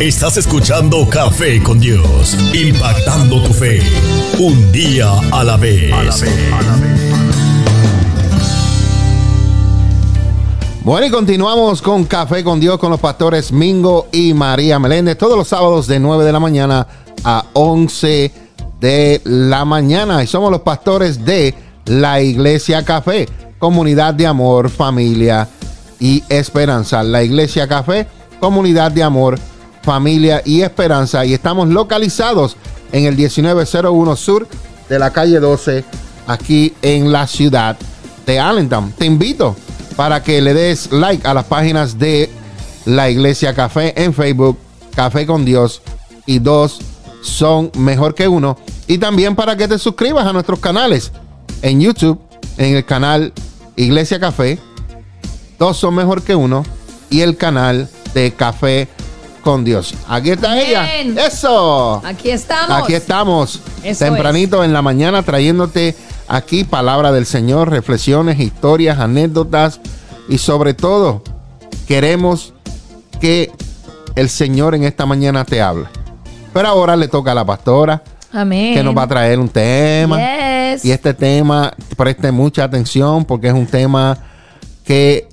Estás escuchando Café con Dios, impactando tu fe, un día a la vez. Bueno, y continuamos con Café con Dios con los pastores Mingo y María Meléndez, todos los sábados de 9 de la mañana a 11 de la mañana. Y somos los pastores de la Iglesia Café, comunidad de amor, familia y esperanza. La Iglesia Café, comunidad de amor, familia y esperanza. Y estamos localizados en el 1901 Sur de la calle 12, aquí en la ciudad de Allentown. Te invito para que le des like a las páginas de la Iglesia Café en Facebook, Café con Dios y Dos Son Mejor que Uno. Y también para que te suscribas a nuestros canales en YouTube, en el canal Iglesia Café, Dos Son Mejor que Uno, y el canal de Café con Dios. Aquí está Bien. ella. ¡Eso! Aquí estamos. Aquí estamos. Eso Tempranito en la mañana trayéndote aquí palabra del Señor, reflexiones, historias, anécdotas y sobre todo queremos que el Señor en esta mañana te hable. Pero ahora le toca a la pastora. Amén. Que nos va a traer un tema. Yes. Y este tema, preste mucha atención porque es un tema que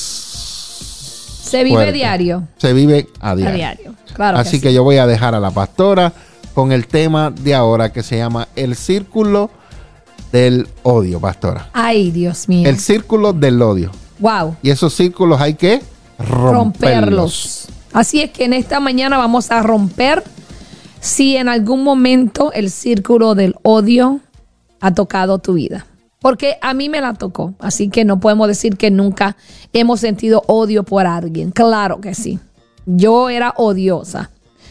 se vive fuerte. diario. Se vive a diario. A diario. Claro. Así que sí. yo voy a dejar a la pastora con el tema de ahora que se llama el círculo del odio, pastora. Ay, Dios mío. El círculo del odio. Wow. Y esos círculos hay que romperlos. Así es que en esta mañana vamos a romper si en algún momento el círculo del odio ha tocado tu vida. Porque a mí me la tocó. Así que no podemos decir que nunca hemos sentido odio por alguien. Claro que sí. Yo era odiosa.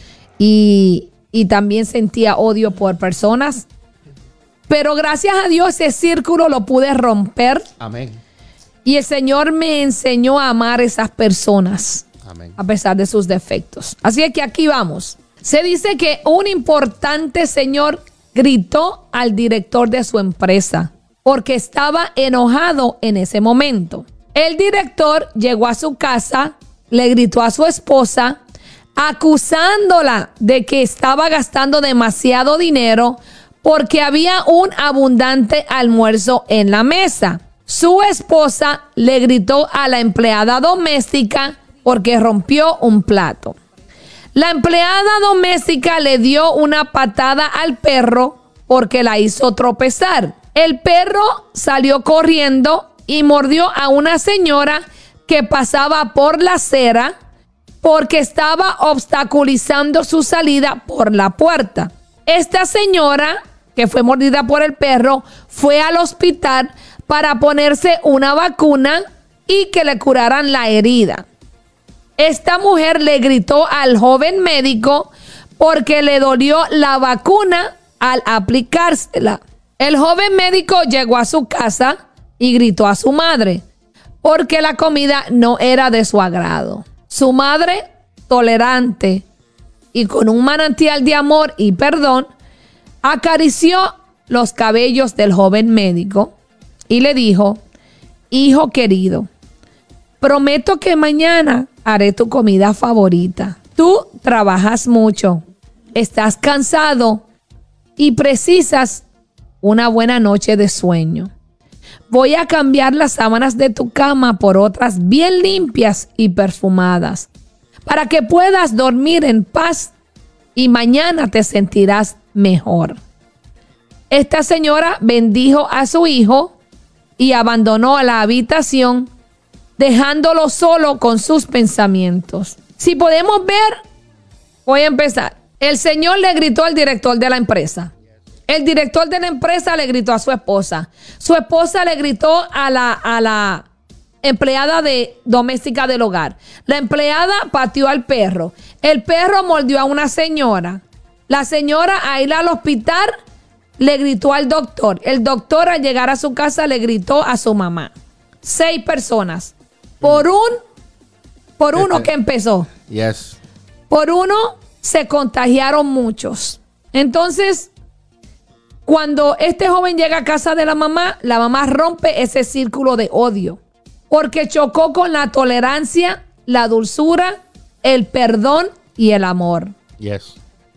Y también sentía odio por personas. Pero gracias a Dios ese círculo lo pude romper. Amén. Y el Señor me enseñó a amar a esas personas. Amén. A pesar de sus defectos. Así es que aquí vamos. Se dice que un importante señor gritó al director de su empresa porque estaba enojado en ese momento. El director llegó a su casa, le gritó a su esposa, acusándola de que estaba gastando demasiado dinero porque había un abundante almuerzo en la mesa. Su esposa le gritó a la empleada doméstica porque rompió un plato. La empleada doméstica le dio una patada al perro porque la hizo tropezar. El perro salió corriendo y mordió a una señora que pasaba por la acera porque estaba obstaculizando su salida por la puerta. Esta señora, que fue mordida por el perro, fue al hospital para ponerse una vacuna y que le curaran la herida. Esta mujer le gritó al joven médico porque le dolió la vacuna al aplicársela. El joven médico llegó a su casa y gritó a su madre porque la comida no era de su agrado. Su madre, tolerante y con un manantial de amor y perdón, acarició los cabellos del joven médico y le dijo: hijo querido, prometo que mañana haré tu comida favorita. Tú trabajas mucho, estás cansado y precisas una buena noche de sueño. Voy a cambiar las sábanas de tu cama por otras bien limpias y perfumadas para que puedas dormir en paz y mañana te sentirás mejor. Esta señora bendijo a su hijo y abandonó la habitación, dejándolo solo con sus pensamientos. Si podemos ver, voy a empezar. El señor le gritó al director de la empresa. El director de la empresa le gritó a su esposa. Su esposa le gritó a la empleada doméstica del hogar. La empleada pateó al perro. El perro mordió a una señora. La señora, a ir al hospital, le gritó al doctor. El doctor, al llegar a su casa, le gritó a su mamá. 6 personas. Por uno que empezó. Yes. Por uno se contagiaron muchos. Entonces, cuando este joven llega a casa de la mamá rompe ese círculo de odio. Porque chocó con la tolerancia, la dulzura, el perdón y el amor. Yes.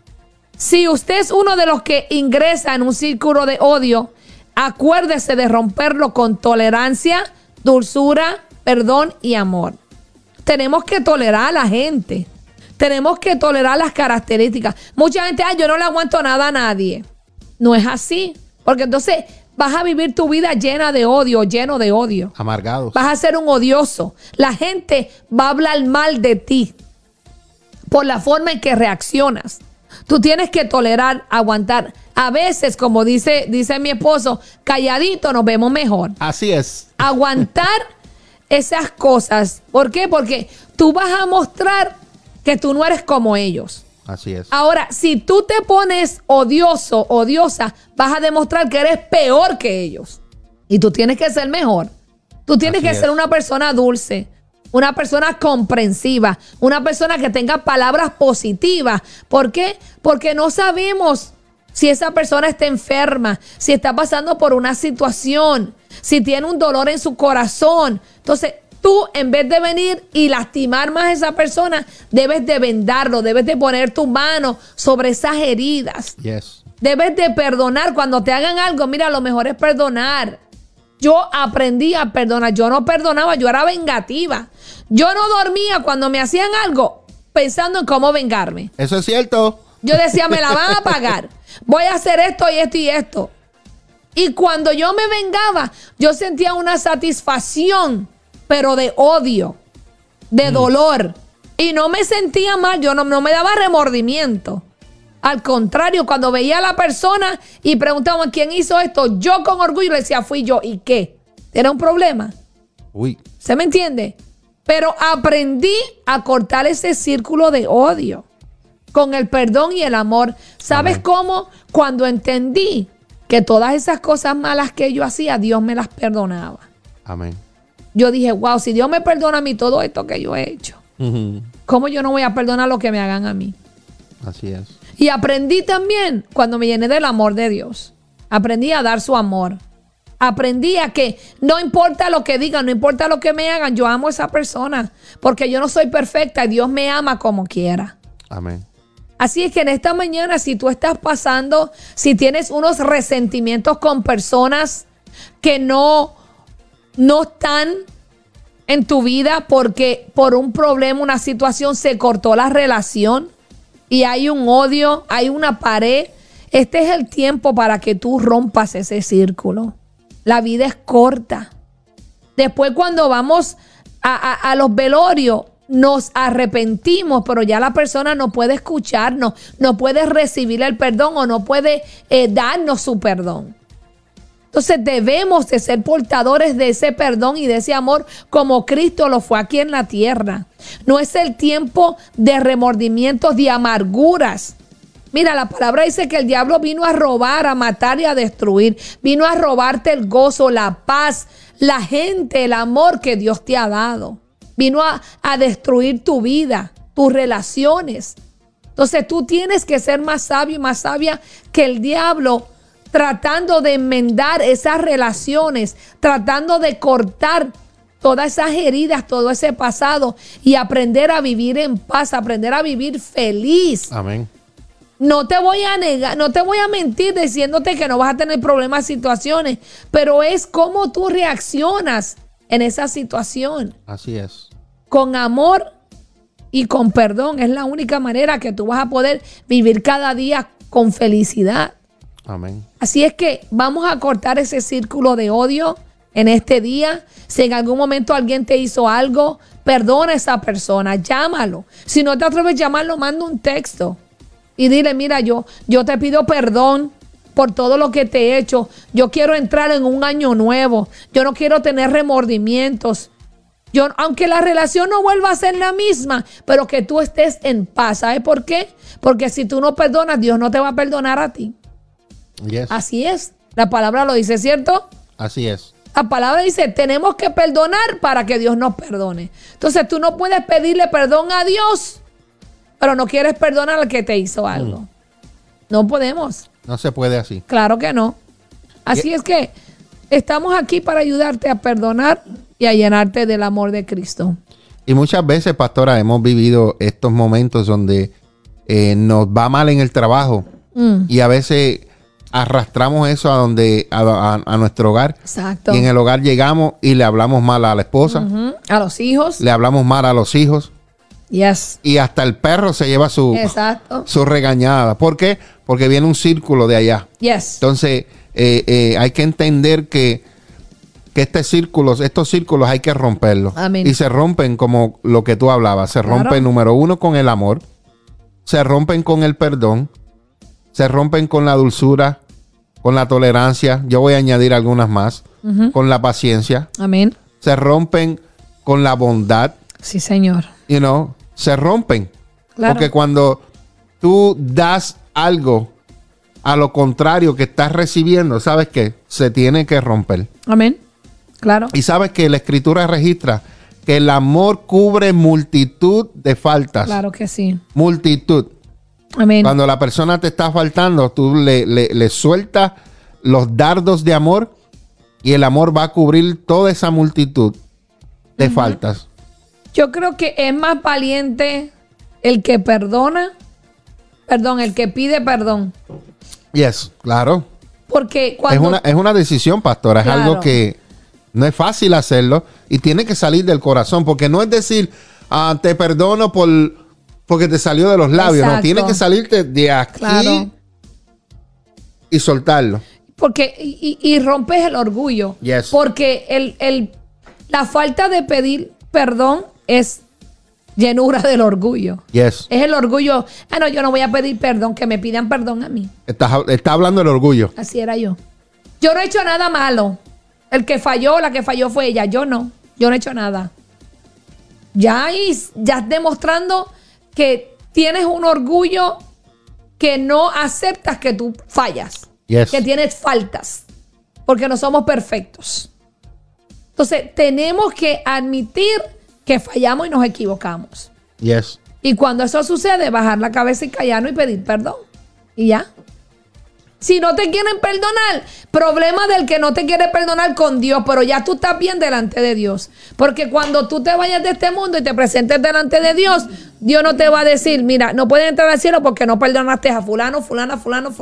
Si usted es uno de los que ingresa en un círculo de odio, acuérdese de romperlo con tolerancia, dulzura, perdón y amor. Tenemos que tolerar a la gente. Tenemos que tolerar las características. Mucha gente, yo no le aguanto nada a nadie. No es así. Porque entonces vas a vivir tu vida llena de odio, lleno de odio. Amargados. Vas a ser un odioso. La gente va a hablar mal de ti por la forma en que reaccionas. Tú tienes que tolerar, aguantar. A veces, como dice mi esposo, calladito nos vemos mejor. Así es. Aguantar esas cosas. ¿Por qué? Porque tú vas a mostrar que tú no eres como ellos. Así es. Ahora, si tú te pones odioso, odiosa, vas a demostrar que eres peor que ellos. Y tú tienes que ser mejor. Tú tienes que ser una persona dulce, una persona comprensiva, una persona que tenga palabras positivas. ¿Por qué? Porque no sabemos si esa persona está enferma, si está pasando por una situación, si tiene un dolor en su corazón. Entonces, tú, en vez de venir y lastimar más a esa persona, debes de vendarlo, debes de poner tu mano sobre esas heridas. Yes. Debes de perdonar cuando te hagan algo. Mira, lo mejor es perdonar. Yo aprendí a perdonar. Yo no perdonaba, yo era vengativa. Yo no dormía cuando me hacían algo pensando en cómo vengarme. Eso es cierto. Yo decía, me la van a pagar. Voy a hacer esto y esto y esto. Y cuando yo me vengaba, yo sentía una satisfacción, pero de odio, de dolor. Y no me sentía mal, yo no me daba remordimiento. Al contrario, cuando veía a la persona y preguntaban quién hizo esto, yo con orgullo le decía, fui yo. ¿Y qué? ¿Era un problema? Uy. ¿Se me entiende? Pero aprendí a cortar ese círculo de odio con el perdón y el amor. ¿Sabes Amén. cómo? Cuando entendí que todas esas cosas malas que yo hacía, Dios me las perdonaba. Amén. Yo dije, wow, si Dios me perdona a mí todo esto que yo he hecho, ¿cómo yo no voy a perdonar lo que me hagan a mí? Así es. Y aprendí también, cuando me llené del amor de Dios, aprendí a dar su amor. Aprendí a que no importa lo que digan, no importa lo que me hagan, yo amo a esa persona, porque yo no soy perfecta y Dios me ama como quiera. Amén. Así es que en esta mañana, si tú estás pasando, si tienes unos resentimientos con personas que no están en tu vida porque por un problema, una situación se cortó la relación y hay un odio, hay una pared, este es el tiempo para que tú rompas ese círculo. La vida es corta. Después, cuando vamos a los velorios, nos arrepentimos, pero ya la persona no puede escucharnos, no puede recibir el perdón o no puede darnos su perdón. Entonces debemos de ser portadores de ese perdón y de ese amor como Cristo lo fue aquí en la tierra. No es el tiempo de remordimientos, de amarguras. Mira, la palabra dice que el diablo vino a robar, a matar y a destruir. Vino a robarte el gozo, la paz, la gente, el amor que Dios te ha dado. Vino a destruir tu vida, tus relaciones. Entonces tú tienes que ser más sabio y más sabia que el diablo, tratando de enmendar esas relaciones, tratando de cortar todas esas heridas, todo ese pasado y aprender a vivir en paz, aprender a vivir feliz. Amén. No te voy a negar, no te voy a mentir diciéndote que no vas a tener problemas, situaciones, pero es cómo tú reaccionas en esa situación. Así es. Con amor y con perdón es la única manera que tú vas a poder vivir cada día con felicidad. Amén. Así es que vamos a cortar ese círculo de odio en este día. Si en algún momento alguien te hizo algo, perdona a esa persona, llámalo. Si no te atreves a llamarlo, manda un texto y dile, mira, yo te pido perdón por todo lo que te he hecho. Yo quiero entrar en un año nuevo. Yo no quiero tener remordimientos. Aunque la relación no vuelva a ser la misma, pero que tú estés en paz. ¿Sabes por qué? Porque si tú no perdonas, Dios no te va a perdonar a ti. Yes. Así es. La palabra lo dice, ¿cierto? Así es. La palabra dice, tenemos que perdonar para que Dios nos perdone. Entonces tú no puedes pedirle perdón a Dios, pero no quieres perdonar al que te hizo algo. No podemos. No se puede así. Claro que no. Así es que estamos aquí para ayudarte a perdonar y a llenarte del amor de Cristo. Y muchas veces, pastora, hemos vivido estos momentos donde nos va mal en el trabajo y a veces arrastramos eso a nuestro hogar. Exacto. Y en el hogar llegamos y le hablamos mal a la esposa. A los hijos. Le hablamos mal a los hijos. Yes. Y hasta el perro se lleva su regañada. ¿Por qué? Porque viene un círculo de allá. Yes. Entonces, hay que entender que estos círculos hay que romperlos. Amén. Y se rompen como lo que tú hablabas. Se rompen, número uno, con el amor. Se rompen con el perdón. Se rompen con la dulzura, con la tolerancia. Yo voy a añadir algunas más. Con la paciencia. Amén. Se rompen con la bondad. Sí, Señor. Se rompen. Claro. Porque cuando tú das algo a lo contrario que estás recibiendo, ¿sabes qué? Se tiene que romper. Amén. Claro. Y sabes que la Escritura registra que el amor cubre multitud de faltas. Claro que sí. Multitud. Amén. Cuando la persona te está faltando, tú le sueltas los dardos de amor y el amor va a cubrir toda esa multitud de faltas. Yo creo que es más valiente el que el que pide perdón. Yes, claro. Porque cuando... Es una decisión, pastora. Claro. Es algo que no es fácil hacerlo y tiene que salir del corazón. Porque no es decir, te perdono porque te salió de los labios. Exacto. No, tiene que salirte de aquí y soltarlo. Porque y rompes el orgullo. Yes. Porque la falta de pedir perdón es llenura del orgullo. Yes. Es el orgullo. No, yo no voy a pedir perdón, que me pidan perdón a mí. Está hablando del orgullo. Así era yo. Yo no he hecho nada malo. El que falló, la que falló fue ella. Yo no he hecho nada. Ya demostrando que tienes un orgullo que no aceptas que tú fallas. Yes. Que tienes faltas. Porque no somos perfectos. Entonces, tenemos que admitir que fallamos y nos equivocamos. Yes. Y cuando eso sucede, bajar la cabeza y callarnos y pedir perdón. Y ya. Si no te quieren perdonar, problema del que no te quiere perdonar con Dios, pero ya tú estás bien delante de Dios. Porque cuando tú te vayas de este mundo y te presentes delante de Dios, Dios no te va a decir, mira, no puedes entrar al cielo porque no perdonaste a fulano, fulano.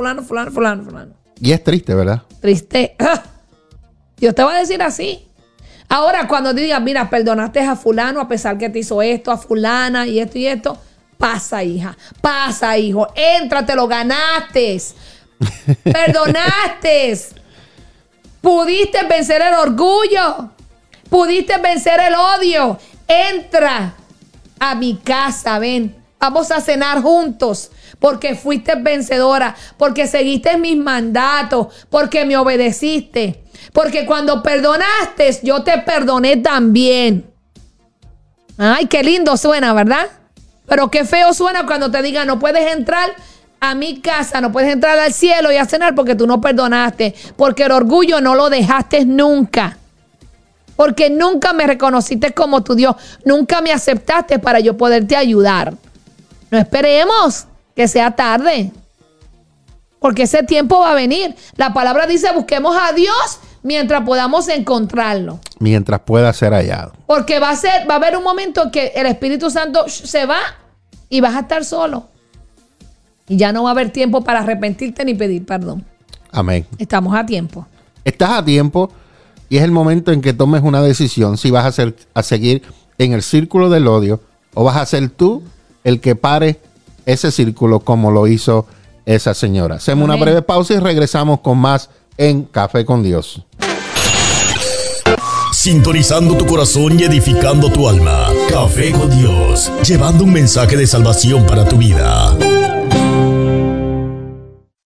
Y es triste, ¿verdad? Triste. Dios te va a decir así. Ahora, cuando te digas, mira, perdonaste a fulano a pesar que te hizo esto, a fulana y esto, pasa, hija, pasa, hijo, entra, te lo ganaste, perdonaste, pudiste vencer el orgullo, pudiste vencer el odio, entra a mi casa, ven, vamos a cenar juntos, porque fuiste vencedora, porque seguiste mis mandatos, porque me obedeciste. Porque cuando perdonaste, yo te perdoné también. Ay, qué lindo suena, ¿verdad? Pero qué feo suena cuando te digan, no puedes entrar a mi casa, no puedes entrar al cielo y a cenar porque tú no perdonaste. Porque el orgullo no lo dejaste nunca. Porque nunca me reconociste como tu Dios. Nunca me aceptaste para yo poderte ayudar. No esperemos que sea tarde. Porque ese tiempo va a venir. La palabra dice, busquemos a Dios mientras podamos encontrarlo. Mientras pueda ser hallado. Porque va a haber un momento en que el Espíritu Santo se va y vas a estar solo. Y ya no va a haber tiempo para arrepentirte ni pedir perdón. Amén. Estamos a tiempo. Estás a tiempo y es el momento en que tomes una decisión si vas a seguir en el círculo del odio o vas a ser tú el que pare ese círculo como lo hizo esa señora. Hacemos una breve pausa y regresamos con más en Café con Dios. Sintonizando tu corazón y edificando tu alma. Café con Dios, llevando un mensaje de salvación para tu vida.